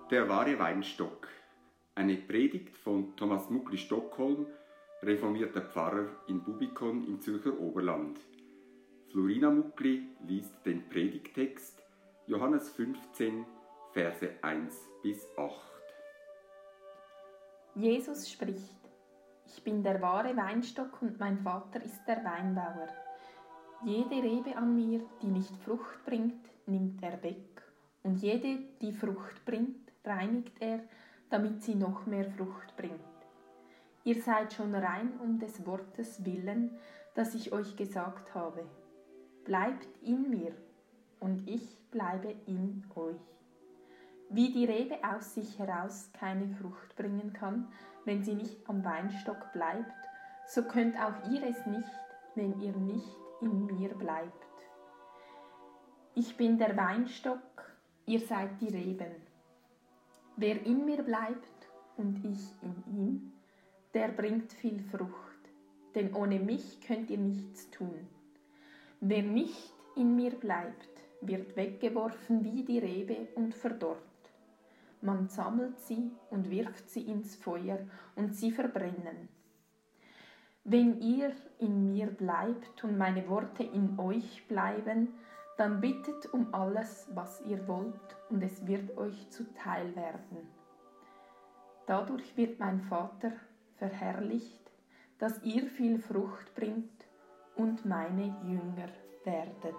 Der wahre Weinstock. Eine Predigt von Thomas Muckli Stockholm, reformierter Pfarrer in Bubikon im Zürcher Oberland. Florina Muckli liest den Predigttext Johannes 15, Verse 1 bis 8. Jesus spricht: Ich bin der wahre Weinstock und mein Vater ist der Weinbauer. Jede Rebe an mir, die nicht Frucht bringt, nimmt er weg, und jede, die Frucht bringt, reinigt er, damit sie noch mehr Frucht bringt. Ihr seid schon rein um des Wortes willen, das ich euch gesagt habe. Bleibt in mir, und ich bleibe in euch. Wie die Rebe aus sich heraus keine Frucht bringen kann, wenn sie nicht am Weinstock bleibt, so könnt auch ihr es nicht, wenn ihr nicht in mir bleibt. Ich bin der Weinstock, ihr seid die Reben. Wer in mir bleibt und ich in ihm, der bringt viel Frucht, denn ohne mich könnt ihr nichts tun. Wer nicht in mir bleibt, wird weggeworfen wie die Rebe und verdorrt. Man sammelt sie und wirft sie ins Feuer und sie verbrennen. Wenn ihr in mir bleibt und meine Worte in euch bleiben, dann bittet um alles, was ihr wollt, und es wird euch zuteil werden. Dadurch wird mein Vater verherrlicht, dass ihr viel Frucht bringt und meine Jünger werdet.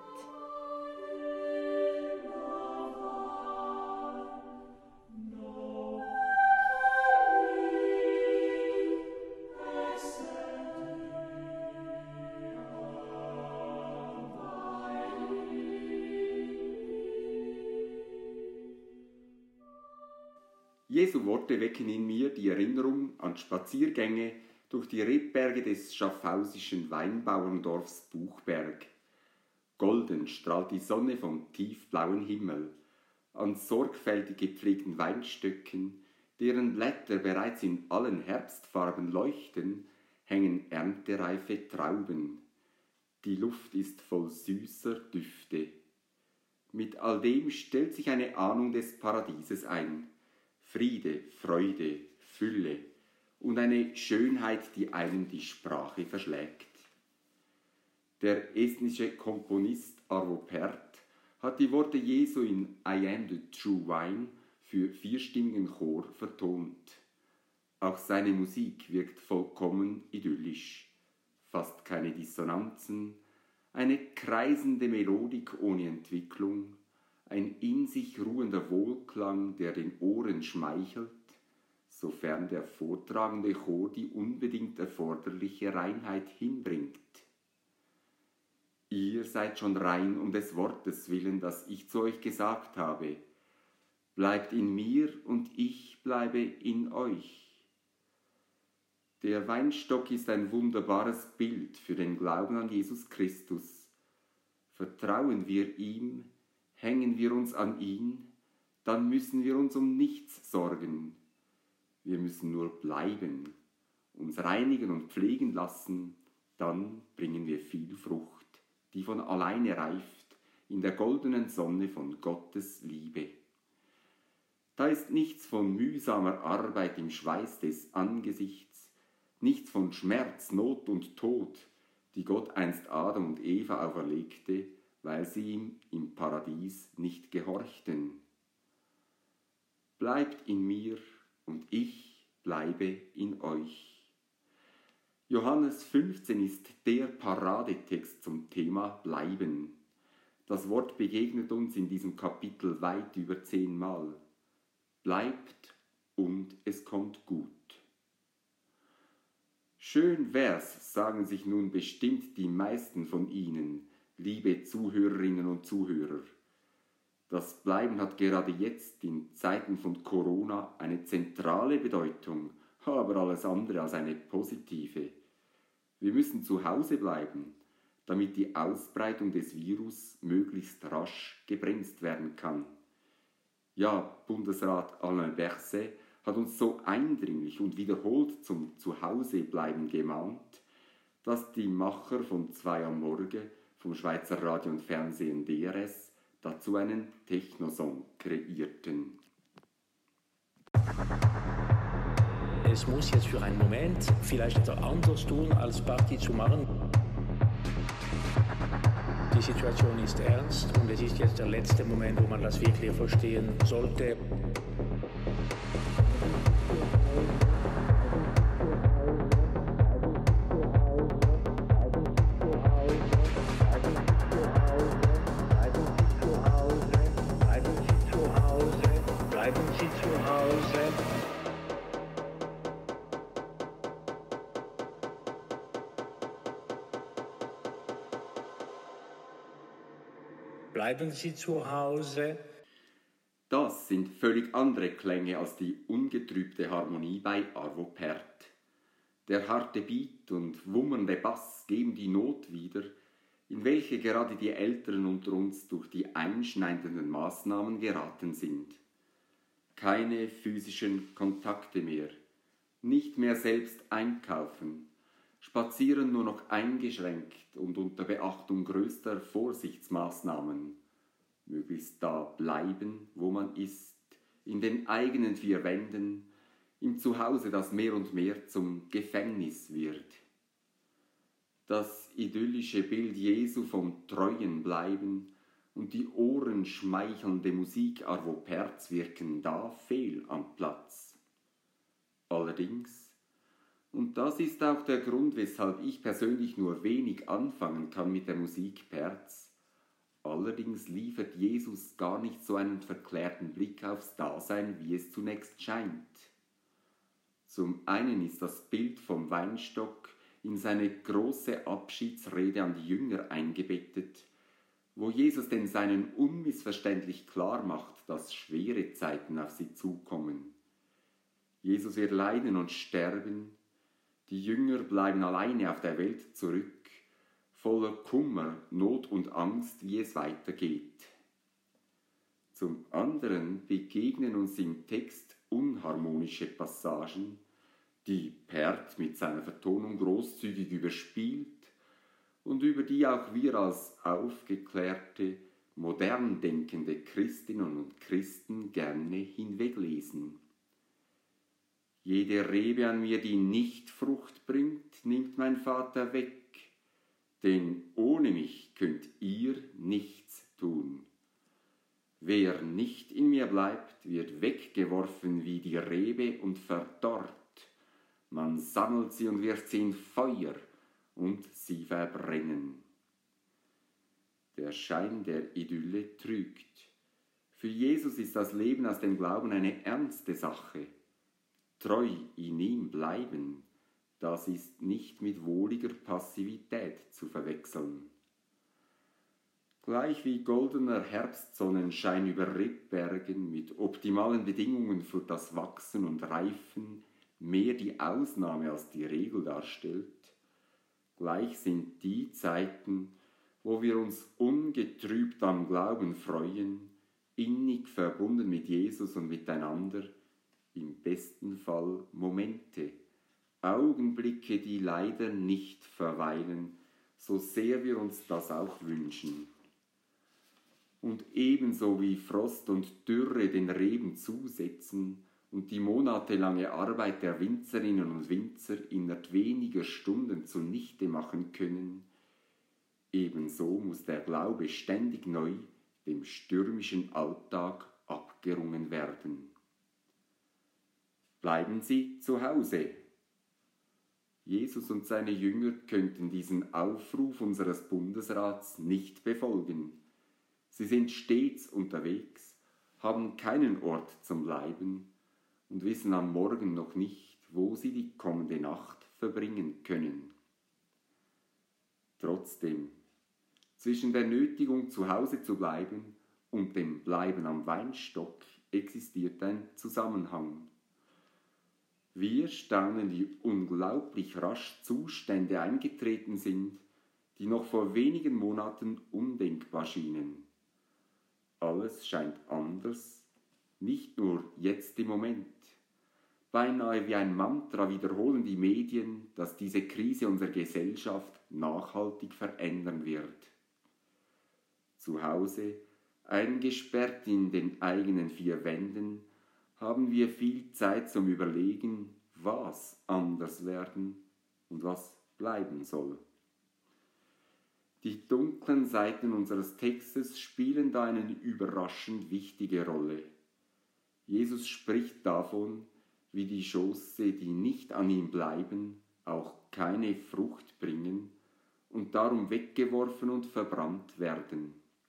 Jesu Worte wecken in mir die Erinnerung an Spaziergänge durch die Rebberge des schaffhausischen Weinbauerndorfs Buchberg. Golden strahlt die Sonne vom tiefblauen Himmel. An sorgfältig gepflegten Weinstöcken, deren Blätter bereits in allen Herbstfarben leuchten, hängen erntereife Trauben. Die Luft ist voll süßer Düfte. Mit all dem stellt sich eine Ahnung des Paradieses ein. Friede, Freude, Fülle und eine Schönheit, die einem die Sprache verschlägt. Der estnische Komponist Arvo Pärt hat die Worte Jesu in I am the true wine für vierstimmigen Chor vertont. Auch seine Musik wirkt vollkommen idyllisch, fast keine Dissonanzen, eine kreisende Melodik ohne Entwicklung, ein in sich ruhender Wohlklang, der den Ohren schmeichelt, sofern der vortragende Chor die unbedingt erforderliche Reinheit hinbringt. Ihr seid schon rein um des Wortes willen, das ich zu euch gesagt habe. Bleibt in mir und ich bleibe in euch. Der Weinstock ist ein wunderbares Bild für den Glauben an Jesus Christus. Vertrauen wir ihm, hängen wir uns an ihn, dann müssen wir uns um nichts sorgen. Wir müssen nur bleiben, uns reinigen und pflegen lassen, dann bringen wir viel Frucht, die von alleine reift in der goldenen Sonne von Gottes Liebe. Da ist nichts von mühsamer Arbeit im Schweiß des Angesichts, nichts von Schmerz, Not und Tod, die Gott einst Adam und Eva auferlegte, weil sie ihm im Paradies nicht gehorchten. Bleibt in mir und ich bleibe in euch. Johannes 15 ist der Paradetext zum Thema Bleiben. Das Wort begegnet uns in diesem Kapitel weit über 10 Mal. Bleibt und es kommt gut. Schön wär's, sagen sich nun bestimmt die meisten von Ihnen, liebe Zuhörerinnen und Zuhörer. Das Bleiben hat gerade jetzt in Zeiten von Corona eine zentrale Bedeutung, aber alles andere als eine positive. Wir müssen zu Hause bleiben, damit die Ausbreitung des Virus möglichst rasch gebremst werden kann. Ja, Bundesrat Alain Berset hat uns so eindringlich und wiederholt zum Zuhausebleiben gemahnt, dass die Macher von 2 am Morgen vom Schweizer Radio und Fernsehen DRS dazu einen Technosong kreierten. Es muss jetzt für einen Moment vielleicht etwas anders tun, als Party zu machen. Die Situation ist ernst und es ist jetzt der letzte Moment, wo man das wirklich verstehen sollte. Bleiben Sie zu Hause. Das sind völlig andere Klänge als die ungetrübte Harmonie bei Arvo Pärt. Der harte Beat und wummernde Bass geben die Not wieder, in welche gerade die Älteren unter uns durch die einschneidenden Maßnahmen geraten sind. Keine physischen Kontakte mehr, nicht mehr selbst einkaufen, spazieren nur noch eingeschränkt und unter Beachtung größter Vorsichtsmaßnahmen, möglichst da bleiben, wo man ist, in den eigenen vier Wänden, im Zuhause, das mehr und mehr zum Gefängnis wird. Das idyllische Bild Jesu vom treuen Bleiben und die ohrenschmeichelnde Musik Arvo Pärts wirken da fehl am Platz. Allerdings, und das ist auch der Grund, weshalb ich persönlich nur wenig anfangen kann mit der Musik Pärts, allerdings liefert Jesus gar nicht so einen verklärten Blick aufs Dasein, wie es zunächst scheint. Zum einen ist das Bild vom Weinstock in seine große Abschiedsrede an die Jünger eingebettet, wo Jesus denn seinen unmissverständlich klar macht, dass schwere Zeiten auf sie zukommen. Jesus wird leiden und sterben, die Jünger bleiben alleine auf der Welt zurück, voller Kummer, Not und Angst, wie es weitergeht. Zum anderen begegnen uns im Text unharmonische Passagen, die Pärt mit seiner Vertonung großzügig überspielt und über die auch wir als aufgeklärte, modern denkende Christinnen und Christen gerne hinweglesen. Jede Rebe an mir, die nicht Frucht bringt, nimmt mein Vater weg, denn ohne mich könnt ihr nichts tun. Wer nicht in mir bleibt, wird weggeworfen wie die Rebe und verdorrt. Man sammelt sie und wirft sie in Feuer, und sie verbrennen. Der Schein der Idylle trügt. Für Jesus ist das Leben aus dem Glauben eine ernste Sache. Treu in ihm bleiben, das ist nicht mit wohliger Passivität zu verwechseln. Gleich wie goldener Herbstsonnenschein über Rebbergen mit optimalen Bedingungen für das Wachsen und Reifen mehr die Ausnahme als die Regel darstellt, gleich sind die Zeiten, wo wir uns ungetrübt am Glauben freuen, innig verbunden mit Jesus und miteinander, im besten Fall Momente, Augenblicke, die leider nicht verweilen, so sehr wir uns das auch wünschen. Und ebenso wie Frost und Dürre den Reben zusetzen und die monatelange Arbeit der Winzerinnen und Winzer innerhalb weniger Stunden zunichte machen können, ebenso muss der Glaube ständig neu dem stürmischen Alltag abgerungen werden. Bleiben Sie zu Hause. Jesus und seine Jünger könnten diesen Aufruf unseres Bundesrats nicht befolgen. Sie sind stets unterwegs, haben keinen Ort zum Bleiben und wissen am Morgen noch nicht, wo sie die kommende Nacht verbringen können. Trotzdem, zwischen der Nötigung, zu Hause zu bleiben und dem Bleiben am Weinstock existiert ein Zusammenhang. Wir staunen, wie unglaublich rasch Zustände eingetreten sind, die noch vor wenigen Monaten undenkbar schienen. Alles scheint anders, nicht nur jetzt im Moment. Beinahe wie ein Mantra wiederholen die Medien, dass diese Krise unsere Gesellschaft nachhaltig verändern wird. Zu Hause, eingesperrt in den eigenen vier Wänden, haben wir viel Zeit zum Überlegen, was anders werden und was bleiben soll. Die dunklen Seiten unseres Textes spielen da eine überraschend wichtige Rolle. Jesus spricht davon, wie die Schoße, die nicht an ihm bleiben, auch keine Frucht bringen und darum weggeworfen und verbrannt werden.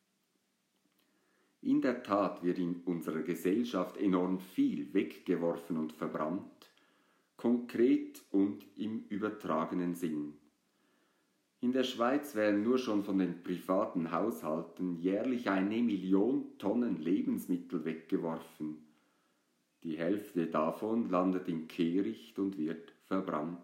In der Tat wird in unserer Gesellschaft enorm viel weggeworfen und verbrannt, konkret und im übertragenen Sinn. In der Schweiz werden nur schon von den privaten Haushalten jährlich 1 Million Tonnen Lebensmittel weggeworfen. Die Hälfte davon landet im Kehricht und wird verbrannt.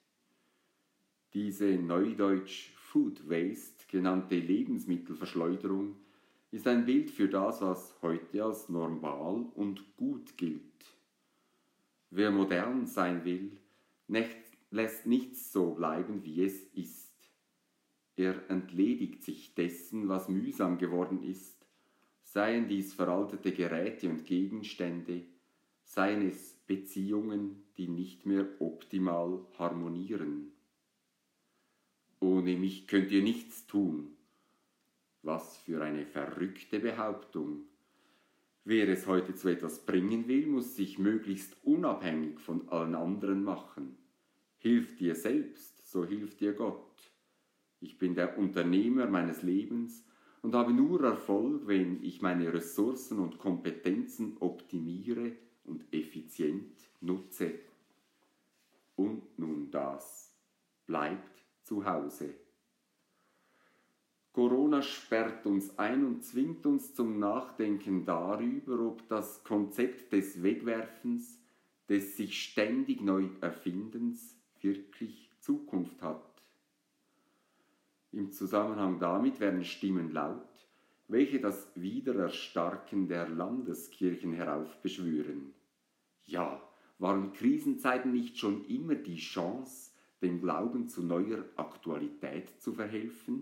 Diese neudeutsch Food Waste genannte Lebensmittelverschleuderung ist ein Bild für das, was heute als normal und gut gilt. Wer modern sein will, lässt nichts so bleiben, wie es ist. Er entledigt sich dessen, was mühsam geworden ist, seien dies veraltete Geräte und Gegenstände, seien es Beziehungen, die nicht mehr optimal harmonieren. Ohne mich könnt ihr nichts tun. Was für eine verrückte Behauptung. Wer es heute zu etwas bringen will, muss sich möglichst unabhängig von allen anderen machen. Hilf dir selbst, so hilft dir Gott. Ich bin der Unternehmer meines Lebens und habe nur Erfolg, wenn ich meine Ressourcen und Kompetenzen optimiere und effizient nutze. Und nun das. Bleibt zu Hause. Corona sperrt uns ein und zwingt uns zum Nachdenken darüber, ob das Konzept des Wegwerfens, des sich ständig neu Erfindens wirklich Zukunft hat. Im Zusammenhang damit werden Stimmen laut, welche das Wiedererstarken der Landeskirchen heraufbeschwören. Ja, waren Krisenzeiten nicht schon immer die Chance, dem Glauben zu neuer Aktualität zu verhelfen?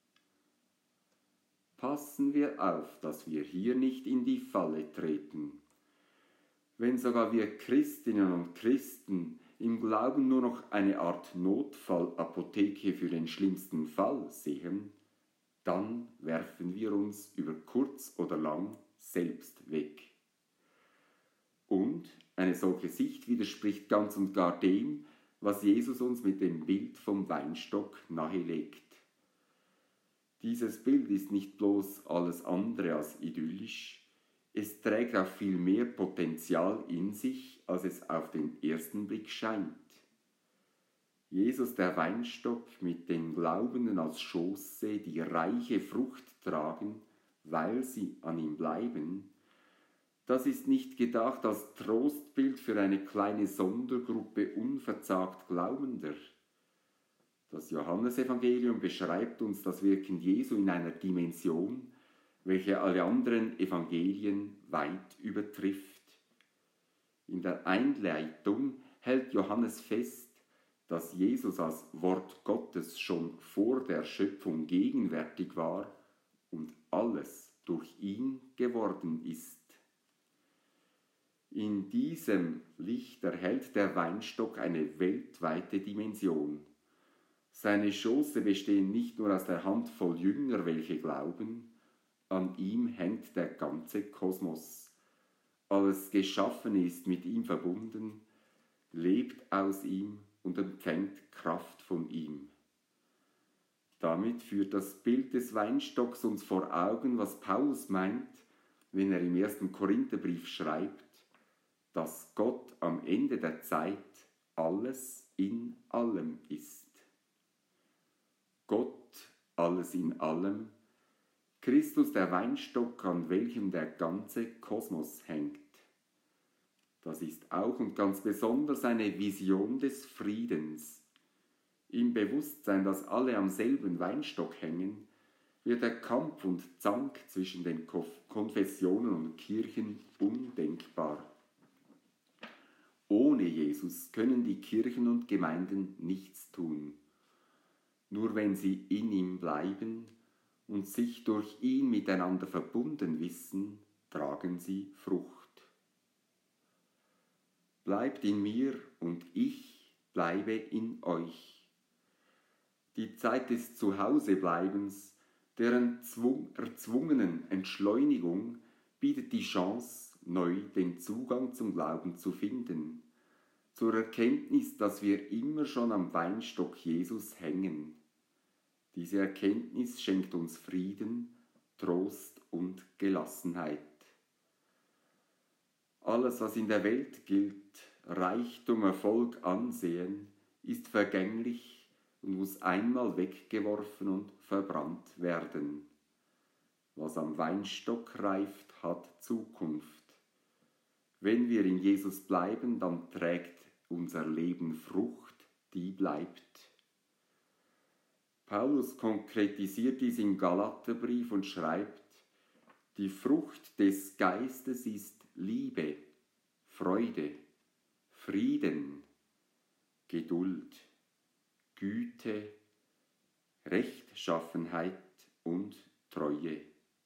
Passen wir auf, dass wir hier nicht in die Falle treten. Wenn sogar wir Christinnen und Christen im Glauben nur noch eine Art Notfallapotheke für den schlimmsten Fall sehen, dann werfen wir uns über kurz oder lang selbst weg. Und eine solche Sicht widerspricht ganz und gar dem, was Jesus uns mit dem Bild vom Weinstock nahelegt. Dieses Bild ist nicht bloß alles andere als idyllisch, es trägt auch viel mehr Potenzial in sich, als es auf den ersten Blick scheint. Jesus, der Weinstock, mit den Glaubenden als Schoße, die reiche Frucht tragen, weil sie an ihm bleiben, das ist nicht gedacht als Trostbild für eine kleine Sondergruppe unverzagt Glaubender. Das Johannesevangelium beschreibt uns das Wirken Jesu in einer Dimension, welche alle anderen Evangelien weit übertrifft. In der Einleitung hält Johannes fest, dass Jesus als Wort Gottes schon vor der Schöpfung gegenwärtig war und alles durch ihn geworden ist. In diesem Licht erhält der Weinstock eine weltweite Dimension. Seine Schoße bestehen nicht nur aus der Handvoll Jünger, welche glauben, an ihm hängt der ganze Kosmos. Alles Geschaffene ist mit ihm verbunden, lebt aus ihm und empfängt Kraft von ihm. Damit führt das Bild des Weinstocks uns vor Augen, was Paulus meint, wenn er im 1. Korintherbrief schreibt, dass Gott am Ende der Zeit alles in allem ist. Gott, alles in allem, Christus der Weinstock, an welchem der ganze Kosmos hängt. Das ist auch und ganz besonders eine Vision des Friedens. Im Bewusstsein, dass alle am selben Weinstock hängen, wird der Kampf und Zank zwischen den Konfessionen und Kirchen undenkbar. Ohne Jesus können die Kirchen und Gemeinden nichts tun. Nur wenn sie in ihm bleiben und sich durch ihn miteinander verbunden wissen, tragen sie Frucht. Bleibt in mir und ich bleibe in euch. Die Zeit des Zuhausebleibens, der erzwungenen Entschleunigung, bietet die Chance, neu den Zugang zum Glauben zu finden, zur Erkenntnis, dass wir immer schon am Weinstock Jesus hängen. Diese Erkenntnis schenkt uns Frieden, Trost und Gelassenheit. Alles, was in der Welt gilt, Reichtum, Erfolg, Ansehen, ist vergänglich und muss einmal weggeworfen und verbrannt werden. Was am Weinstock reift, hat Zukunft. Wenn wir in Jesus bleiben, dann trägt unser Leben Frucht, die bleibt. Paulus konkretisiert dies im Galaterbrief und schreibt: Die Frucht des Geistes ist Liebe, Freude, Frieden, Geduld, Güte, Rechtschaffenheit und Treue.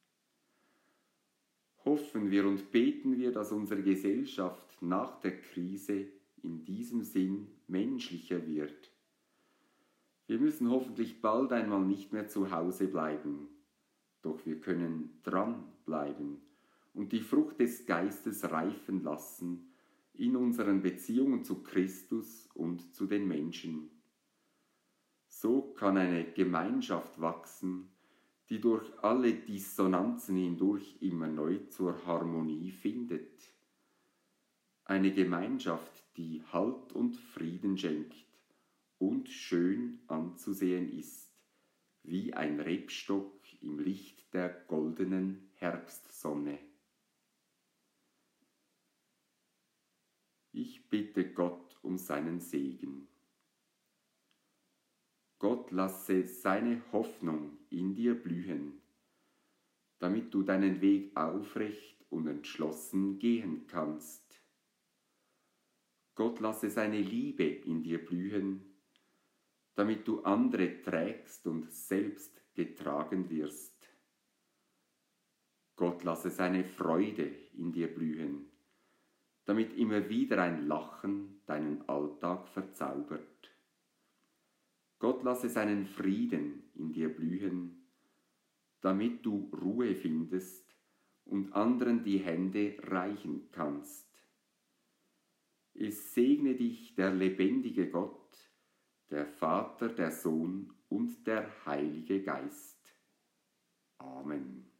Hoffen wir und beten wir, dass unsere Gesellschaft nach der Krise in diesem Sinn menschlicher wird. Wir müssen hoffentlich bald einmal nicht mehr zu Hause bleiben, doch wir können dranbleiben und die Frucht des Geistes reifen lassen in unseren Beziehungen zu Christus und zu den Menschen. So kann eine Gemeinschaft wachsen, die durch alle Dissonanzen hindurch immer neu zur Harmonie findet. Eine Gemeinschaft, die Halt und Frieden schenkt und schön anzusehen ist, wie ein Rebstock im Licht der goldenen Herbstsonne. Ich bitte Gott um seinen Segen. Gott lasse seine Hoffnung in dir blühen, damit du deinen Weg aufrecht und entschlossen gehen kannst. Gott lasse seine Liebe in dir blühen, damit du andere trägst und selbst getragen wirst. Gott lasse seine Freude in dir blühen, damit immer wieder ein Lachen deinen Alltag verzaubert. Gott lasse seinen Frieden in dir blühen, damit du Ruhe findest und anderen die Hände reichen kannst. Es segne dich der lebendige Gott, der Vater, der Sohn und der Heilige Geist. Amen.